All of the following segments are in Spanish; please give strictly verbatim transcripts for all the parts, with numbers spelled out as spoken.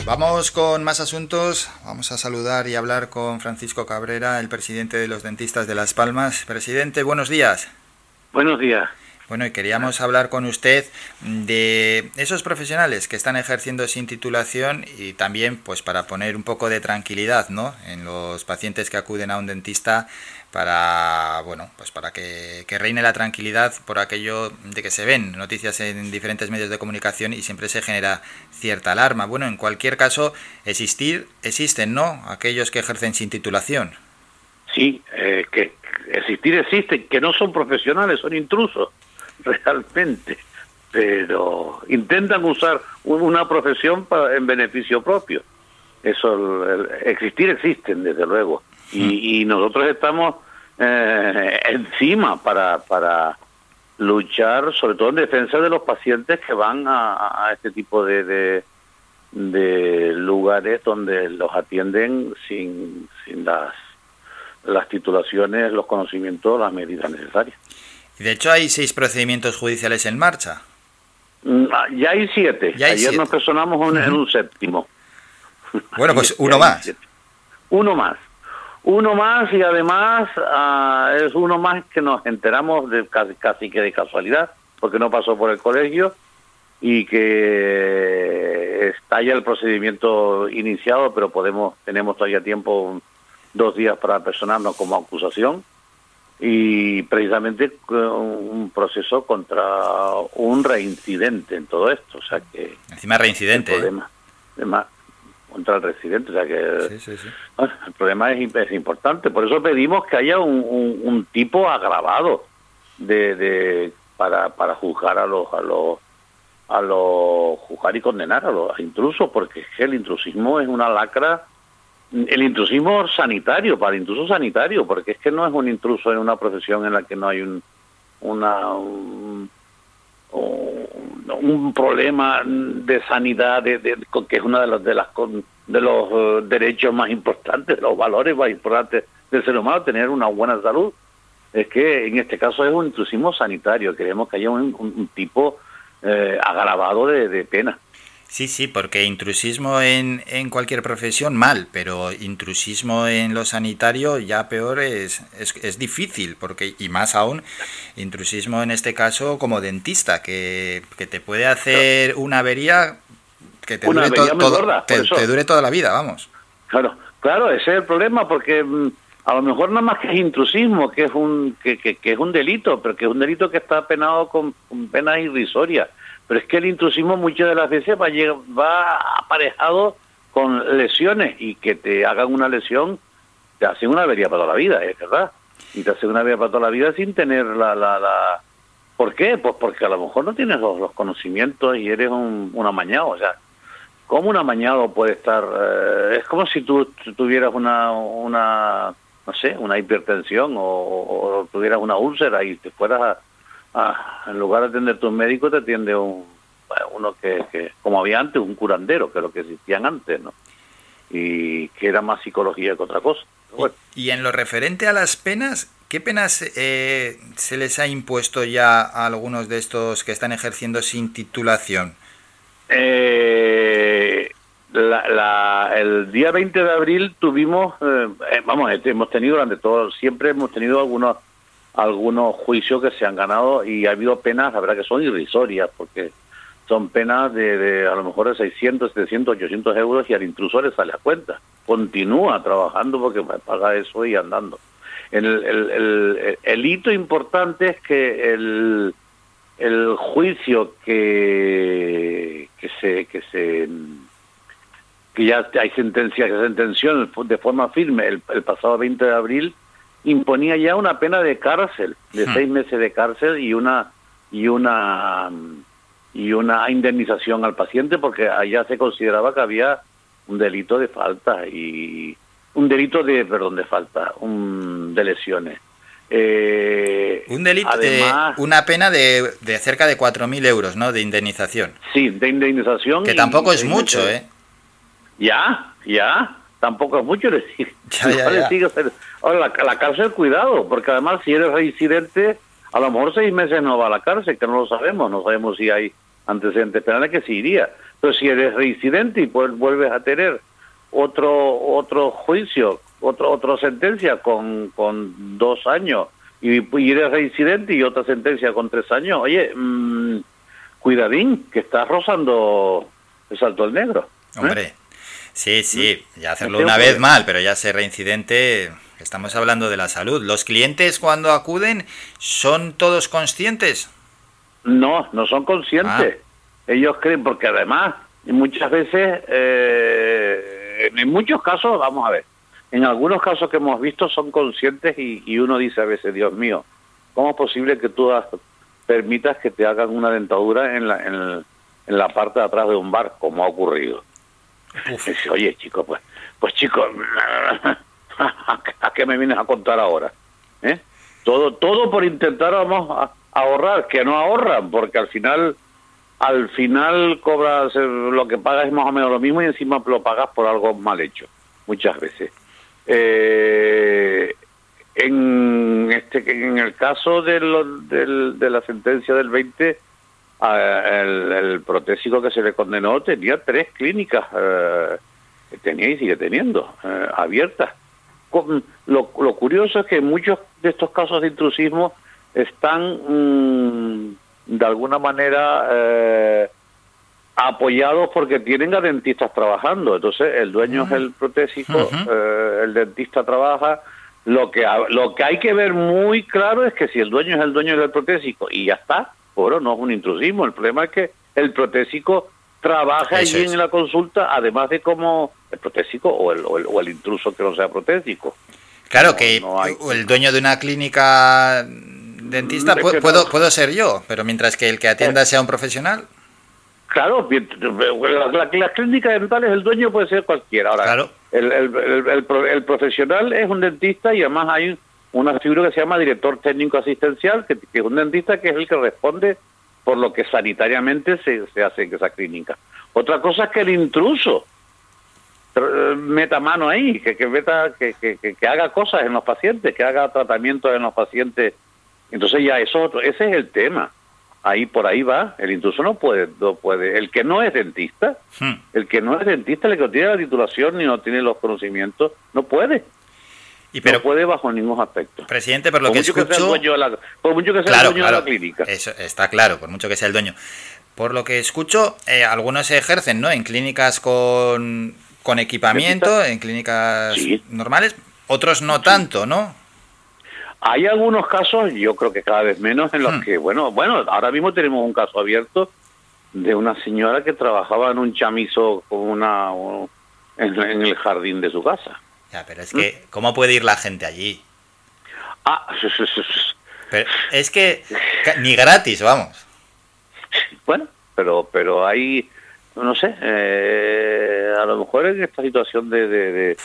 Vamos con más asuntos. Vamos a saludar y hablar con Francisco Cabrera, el presidente de los dentistas de Las Palmas. Presidente, buenos días. Buenos días. Bueno, y queríamos hablar con usted de esos profesionales que están ejerciendo sin titulación y también, pues, para poner un poco de tranquilidad, ¿no?, en los pacientes que acuden a un dentista para, bueno, pues para que, que reine la tranquilidad por aquello de que se ven noticias en diferentes medios de comunicación y siempre se genera cierta alarma. Bueno, en cualquier caso, existir, existen, ¿no?, aquellos que ejercen sin titulación. Sí, eh, que existir existen, que no son profesionales, son intrusos, realmente, pero intentan usar una profesión para, en beneficio propio. Eso, el, el, existir existen, desde luego, y, y nosotros estamos eh, encima para, para luchar, sobre todo en defensa de los pacientes que van a, a este tipo de, de, de lugares donde los atienden sin, sin las, las titulaciones, los conocimientos, las medidas necesarias. De hecho, hay seis procedimientos judiciales en marcha. Ya hay siete. Ya hay Ayer siete. Nos personamos un, uh-huh. en un séptimo. Bueno, pues uno más. Siete. Uno más. Uno más y además uh, es uno más que nos enteramos de casi, casi que de casualidad, porque no pasó por el colegio y que está ya el procedimiento iniciado, pero podemos tenemos todavía tiempo, dos días para personarnos como acusación. Y precisamente un proceso contra un reincidente en todo esto, o sea que encima reincidente el problema, además, contra el reincidente, o sea que sí, sí, sí. Bueno, el problema es, es importante, por eso pedimos que haya un, un, un tipo agravado de, de para para juzgar a los a los a los juzgar y condenar a los intrusos, porque es que el intrusismo es una lacra. El intrusismo sanitario, para el intruso sanitario, porque es que no es un intruso en una profesión en la que no hay un una un, un problema de sanidad, de, de, que es uno de los de las de los uh, derechos más importantes, de los valores más importantes del ser humano, tener una buena salud. Es que en este caso es un intrusismo sanitario. Queremos que haya un, un, un tipo eh, agravado de, de pena. Sí, sí, porque intrusismo en, en cualquier profesión, mal, pero intrusismo en lo sanitario ya peor es, es, es difícil, porque y más aún, intrusismo en este caso como dentista, que, que te puede hacer una avería que te, una dure, avería to, muy todo, gorda, te, te dure toda la vida, vamos. Claro, claro, ese es el problema, porque mmm, a lo mejor nada más que es intrusismo, que es un que, que, que es un delito, pero que es un delito que está penado con, con penas irrisorias. Pero es que el intrusismo muchas de las veces va, va aparejado con lesiones, y que te hagan una lesión te hacen una avería para toda la vida, es verdad. Y te hacen una avería para toda la vida sin tener la... la, la... ¿Por qué? Pues porque a lo mejor no tienes los, los conocimientos y eres un, un amañado. O sea, ¿cómo un amañado puede estar...? Eh, es como si tú tuvieras una, una, no sé, una hipertensión o, o tuvieras una úlcera y te fueras a... Ah, en lugar de atender tu médico te atiende un bueno, uno que, que, como había antes, un curandero, que es lo que existían antes, ¿no? Y que era más psicología que otra cosa. Bueno. Y, y en lo referente a las penas, ¿qué penas eh, se les ha impuesto ya a algunos de estos que están ejerciendo sin titulación? Eh, la, la, el día veinte de abril tuvimos, eh, vamos, hemos tenido durante todo, siempre hemos tenido algunos algunos juicios que se han ganado, y ha habido penas, la verdad que son irrisorias, porque son penas de, de a lo mejor de seiscientos, setecientos, ochocientos euros, y al intruso le sale a cuenta. Continúa trabajando porque paga eso y andando. El, el, el, el, el hito importante es que el, el juicio que, que se... que se que ya hay sentencia, que se sentenció de forma firme el, el pasado veinte de abril, imponía ya una pena de cárcel, de seis meses de cárcel y una y una y una indemnización al paciente, porque allá se consideraba que había un delito de falta y un delito de perdón de falta, un de lesiones. Eh, un delito, además, eh, una pena de, de cerca de cuatro mil euros, ¿no?, de indemnización. Sí, de indemnización. Que y, tampoco y es mucho, meses. ¿eh? Ya, ya. Tampoco es mucho, le sigue. Ya, ya, ya. Sigue. Ahora, la, la cárcel, cuidado, porque además si eres reincidente, a lo mejor seis meses no va a la cárcel, que no lo sabemos, no sabemos si hay antecedentes penales, que sí iría. Pero si eres reincidente y pues vuelves a tener otro otro juicio, otro otra sentencia con, con dos años, y, y eres reincidente y otra sentencia con tres años, oye, mmm, cuidadín, que estás rozando el salto al negro. ¿eh? Hombre, sí, sí, ya hacerlo una vez mal, pero ya ser reincidente, estamos hablando de la salud. ¿Los clientes cuando acuden son todos conscientes? No, no son conscientes. Ah. Ellos creen, porque además, muchas veces, eh, en muchos casos, vamos a ver, en algunos casos que hemos visto son conscientes y, y uno dice a veces, Dios mío, ¿cómo es posible que tú permitas que te hagan una dentadura en la, en, el, en la parte de atrás de un bar, como ha ocurrido? Uf. Dice, oye, chico, pues, pues chicos, ¿a qué me vienes a contar ahora? ¿Eh? Todo, todo por intentar, vamos, a ahorrar, que no ahorran, porque al final... al final cobras, lo que pagas es más o menos lo mismo y encima lo pagas por algo mal hecho, muchas veces. Eh, en este en el caso de, lo, del, de la sentencia del veinte, el, el protésico que se le condenó tenía tres clínicas, eh, que tenía y sigue teniendo, eh, abiertas. Lo, lo curioso es que muchos de estos casos de intrusismo están... Mmm, de alguna manera eh, apoyados porque tienen a dentistas trabajando. Entonces el dueño uh-huh. es el protésico, uh-huh. eh, el dentista trabaja. Lo que lo que hay que ver muy claro es que si el dueño es el dueño del protésico y ya está, bueno, no es un intrusismo. El problema es que el protésico trabaja Eso allí es. en la consulta, además de como el protésico o el, o el, o el intruso que no sea protésico. Claro, no, que no hay... el dueño de una clínica... dentista puedo, puedo puedo ser yo, pero mientras que el que atienda sea un profesional. Claro, las la, la clínicas dentales, el dueño puede ser cualquiera. Ahora, claro. el, el, el, el, el profesional es un dentista y además hay una figura que se llama director técnico asistencial, que, que es un dentista que es el que responde por lo que sanitariamente se, se hace en esa clínica. Otra cosa es que el intruso meta mano ahí, que que, meta, que, que, que, que haga cosas en los pacientes, que haga tratamientos en los pacientes. Entonces ya eso, ese es el tema. Ahí por ahí va. El intruso no puede, no puede. El que no es dentista, hmm. el que no es dentista, el que no tiene la titulación ni no tiene los conocimientos, no puede. Y pero, no puede bajo ningún aspecto. Presidente, por lo por que escucho... Que sea el dueño de la, por mucho que sea claro, el dueño claro, de la clínica. Eso está claro, por mucho que sea el dueño. Por lo que escucho, eh, algunos se ejercen, ¿no? En clínicas con, con equipamiento, ¿Dentista? En clínicas sí. normales, otros no sí. tanto, ¿no? Hay algunos casos, yo creo que cada vez menos, en los hmm. que, bueno, bueno, ahora mismo tenemos un caso abierto de una señora que trabajaba en un chamizo con una en, en el jardín de su casa. Ya, pero es que, ¿hmm? ¿cómo puede ir la gente allí? Ah, pero es que ni gratis, vamos. Bueno, pero pero hay, no sé, eh, a lo mejor en esta situación de... de, de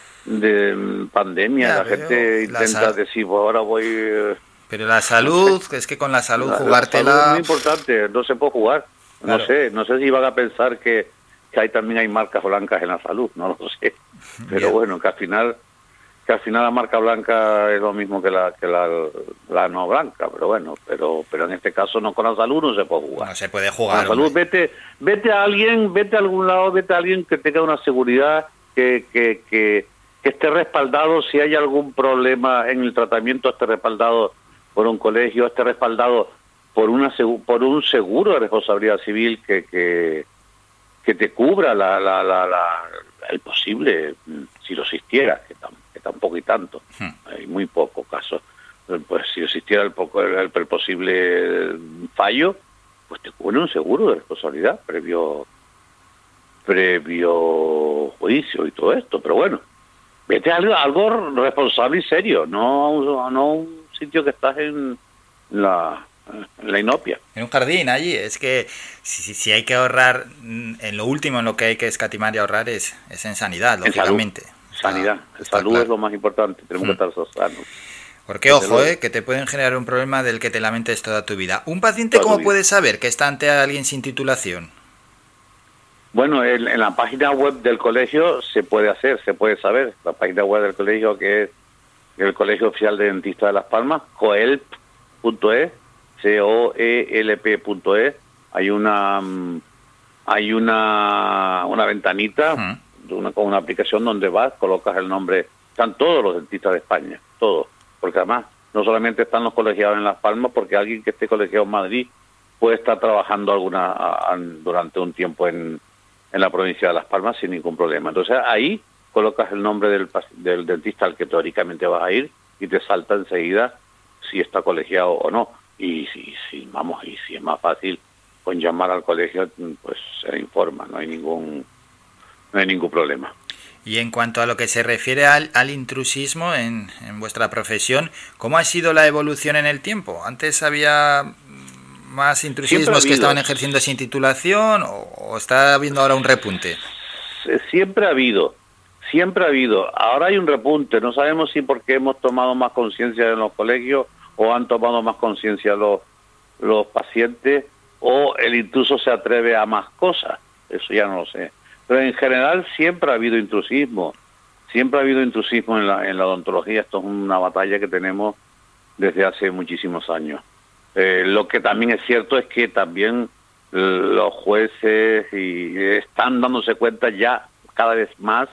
de pandemia, ya, la gente intenta la decir, pues ahora voy... Eh, pero la salud, no sé. Es que con la salud la, jugártela... La salud es muy importante, no se puede jugar. Claro. No sé, no sé si van a pensar que, que hay también hay marcas blancas en la salud, no lo sé. Pero Bien. bueno, que al final que al final la marca blanca es lo mismo que la que la, la no blanca, pero bueno, pero pero en este caso no, con la salud no se puede jugar. No se puede jugar. Con la salud, vete, vete a alguien, vete a algún lado, vete a alguien que tenga una seguridad, que, que, que que esté respaldado, si hay algún problema en el tratamiento, esté respaldado por un colegio, esté respaldado por una por un seguro de responsabilidad civil que que, que te cubra la, la, la, la el posible, si lo existiera, que, tam, que tampoco y tanto, hmm. hay muy pocos casos, pues si existiera el, poco, el, el posible fallo, pues te cubre un seguro de responsabilidad previo previo juicio y todo esto, pero bueno, vete a algo, algo responsable y serio, no, no un sitio que estás en la, en la inopia. En un jardín allí, es que si, si hay que ahorrar, en lo último en lo que hay que escatimar y ahorrar es, es en sanidad, lógicamente. En salud, está, sanidad, está salud claro. Es lo más importante, tenemos hmm. que estar sanos. Porque ojo, luego, eh, que te pueden generar un problema del que te lamentes toda tu vida. ¿Un paciente cómo puede saber que está ante alguien sin titulación? Bueno, en, en la página web del colegio se puede hacer, se puede saber. La página web del colegio, que es el Colegio Oficial de Dentistas de Las Palmas, coelp punto es, C O E L P punto es. Hay una hay una, una ventanita uh-huh. una, con una aplicación donde vas, colocas el nombre, están todos los dentistas de España, todos, porque además no solamente están los colegiados en Las Palmas, porque alguien que esté colegiado en Madrid puede estar trabajando alguna a, a, durante un tiempo en, en la provincia de Las Palmas sin ningún problema. Entonces ahí colocas el nombre del, del dentista al que teóricamente vas a ir y te salta enseguida si está colegiado o no. Y si, si vamos, y si es más fácil con llamar al colegio, pues se informa, no hay ningún no hay ningún problema. Y en cuanto a lo que se refiere al, al intrusismo en, en vuestra profesión, ¿cómo ha sido la evolución en el tiempo? ¿Antes había más intrusismos que estaban ejerciendo sin titulación o, o está habiendo ahora un repunte? Siempre ha habido, siempre ha habido. Ahora hay un repunte, no sabemos si porque hemos tomado más conciencia en los colegios o han tomado más conciencia los, los pacientes o el intruso se atreve a más cosas, eso ya no lo sé. Pero en general siempre ha habido intrusismo, siempre ha habido intrusismo en la, en la odontología. Esto es una batalla que tenemos desde hace muchísimos años. Eh, lo que también es cierto es que también los jueces y están dándose cuenta ya cada vez más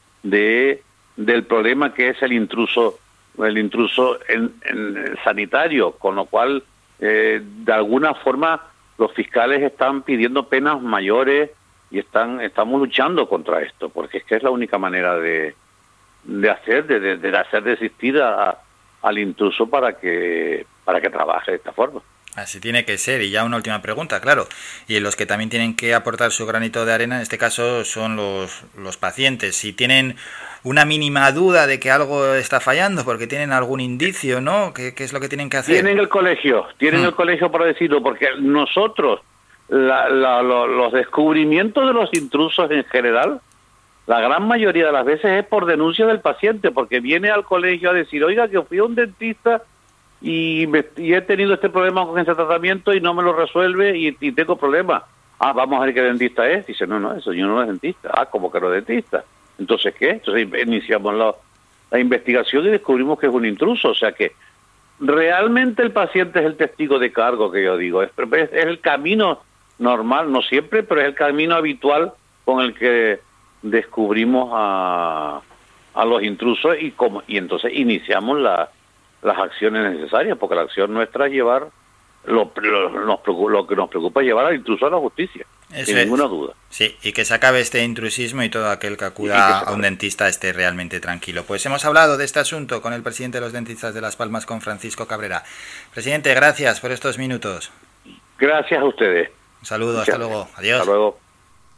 de del problema que es el intruso el intruso en, en sanitario, con lo cual eh, de alguna forma los fiscales están pidiendo penas mayores y están estamos luchando contra esto, porque es que es la única manera de de hacer de, de, de hacer desistir a, al intruso para que para que trabaje de esta forma. Así tiene que ser. Y ya una última pregunta, claro. Y los que también tienen que aportar su granito de arena, en este caso, son los, los pacientes. Si tienen una mínima duda de que algo está fallando, porque tienen algún indicio, ¿no? ¿Qué, qué es lo que tienen que hacer? Tienen el colegio, tienen hmm. el colegio para decirlo, porque nosotros, la, la, lo, los descubrimientos de los intrusos en general, la gran mayoría de las veces es por denuncia del paciente, porque viene al colegio a decir, oiga, que fui a un dentista y, me, y he tenido este problema con ese tratamiento y no me lo resuelve y, y tengo problemas. Ah, vamos a ver qué dentista es. Dice, no, no, eso yo no es dentista. Ah, ¿cómo que no es dentista? Entonces, ¿qué? Entonces iniciamos la, la investigación y descubrimos que es un intruso. O sea que realmente el paciente es el testigo de cargo, que yo digo. Es, es, es el camino normal, no siempre, pero es el camino habitual con el que descubrimos a, a los intrusos y, como, y entonces iniciamos la las acciones necesarias, porque la acción nuestra es llevar, lo, lo, nos preocupa, lo que nos preocupa es llevar al intruso a la justicia, Eso sin es. ninguna duda. Sí, y que se acabe este intrusismo y todo aquel que acuda que a un dentista esté realmente tranquilo. Pues hemos hablado de este asunto con el presidente de los dentistas de Las Palmas, con Francisco Cabrera. Presidente, gracias por estos minutos. Gracias a ustedes. Un saludo, Muchas hasta luego. Adiós. Hasta luego.